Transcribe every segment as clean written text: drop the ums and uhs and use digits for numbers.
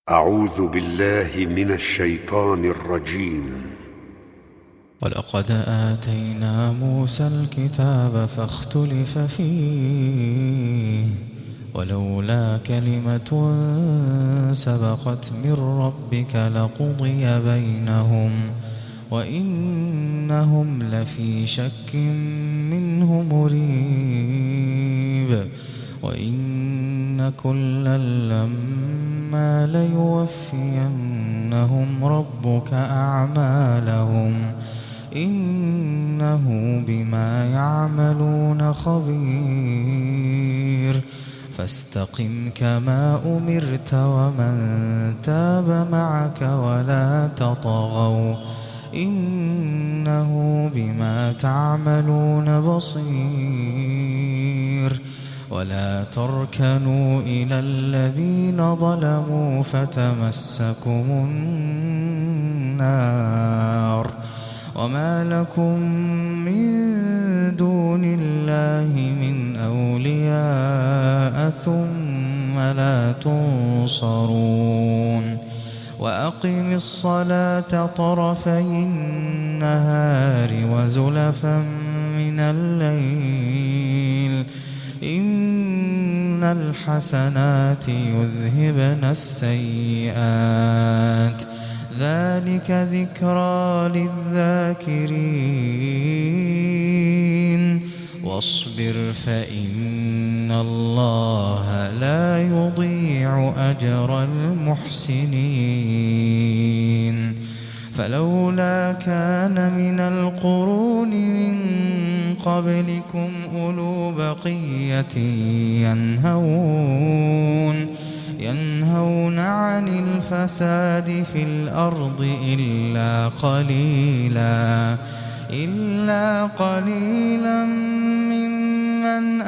أعوذ بالله من الشيطان الرجيم. ولقد آتينا موسى الكتاب فاختلف فيه ولولا كلمة سبقت من ربك لقضي بينهم وإنهم لفي شك منه مريب. وإن كلا لما ليوفينهم ربك أعمالهم إنه بما يعملون خبير. فاستقم كما أمرت ومن تاب معك ولا تطغوا إنه بما تعملون بصير. ولا تركنوا إلى الذين ظلموا فتمسكم النار وما لكم من دون الله من أولياء ثم لا تنصرون. وأقم الصلاة طرفي النهار وزلفا من الليل إن الحسنات يذهبن السيئات ذلك ذكرى للذاكرين. واصبر فإن الله لا يضيع أجر المحسنين. فلولا كان من القرون من قبلكم أولو بقية ينهون عن الفساد في الأرض إلا قليلا ممن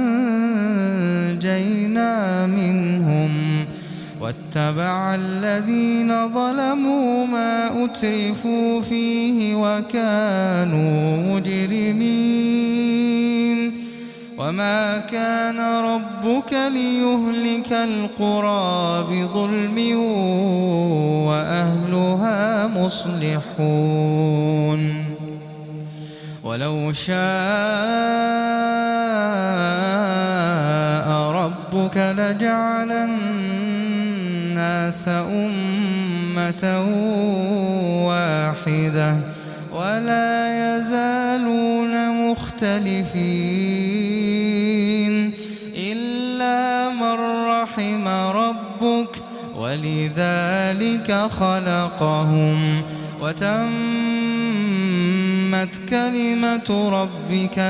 أنجينا منهم واتبع الذين ظلموا ما أترفوا فيه وكانوا مجرمين. وما كان ربك ليهلك القرى بظلم وأهلها مصلحون. ولو شاء ربك لجعل الناس أمة واحدة ولا يزالون مختلفين إلا من رحم ربك ولذلك خلقهم وتمت كلمة ربك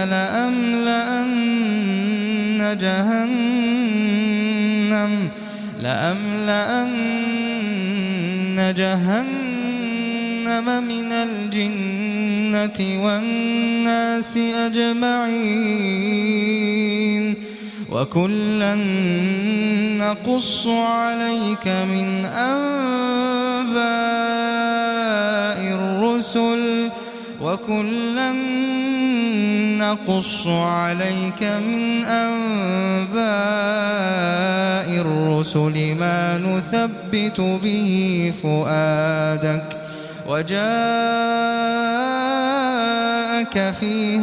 لأملأن جهنم من الجنة والناس أجمعين. وكلا نقص عليك من أنباء الرسل ما نثبت به فؤادك وجاءك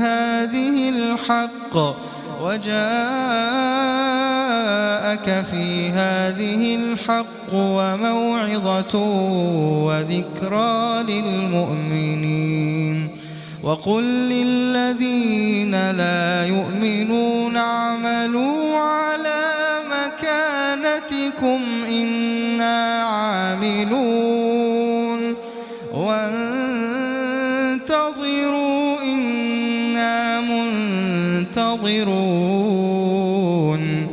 في هذه الحق وموعظة وذكرى للمؤمنين. وقل للذين لا يؤمنون اعملوا على مكانتكم إنا عاملون وانتظروا إنا منتظرون.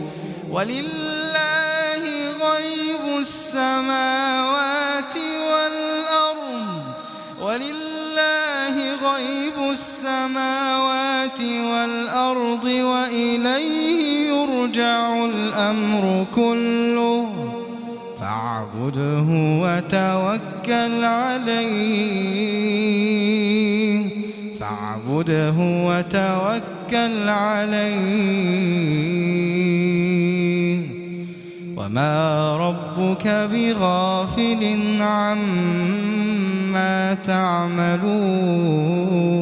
ولله غيب السماوات والأرض وإليه يرجع الأمر كله فاعبده وتوكل عليه وما ربك بغافل عما تعملون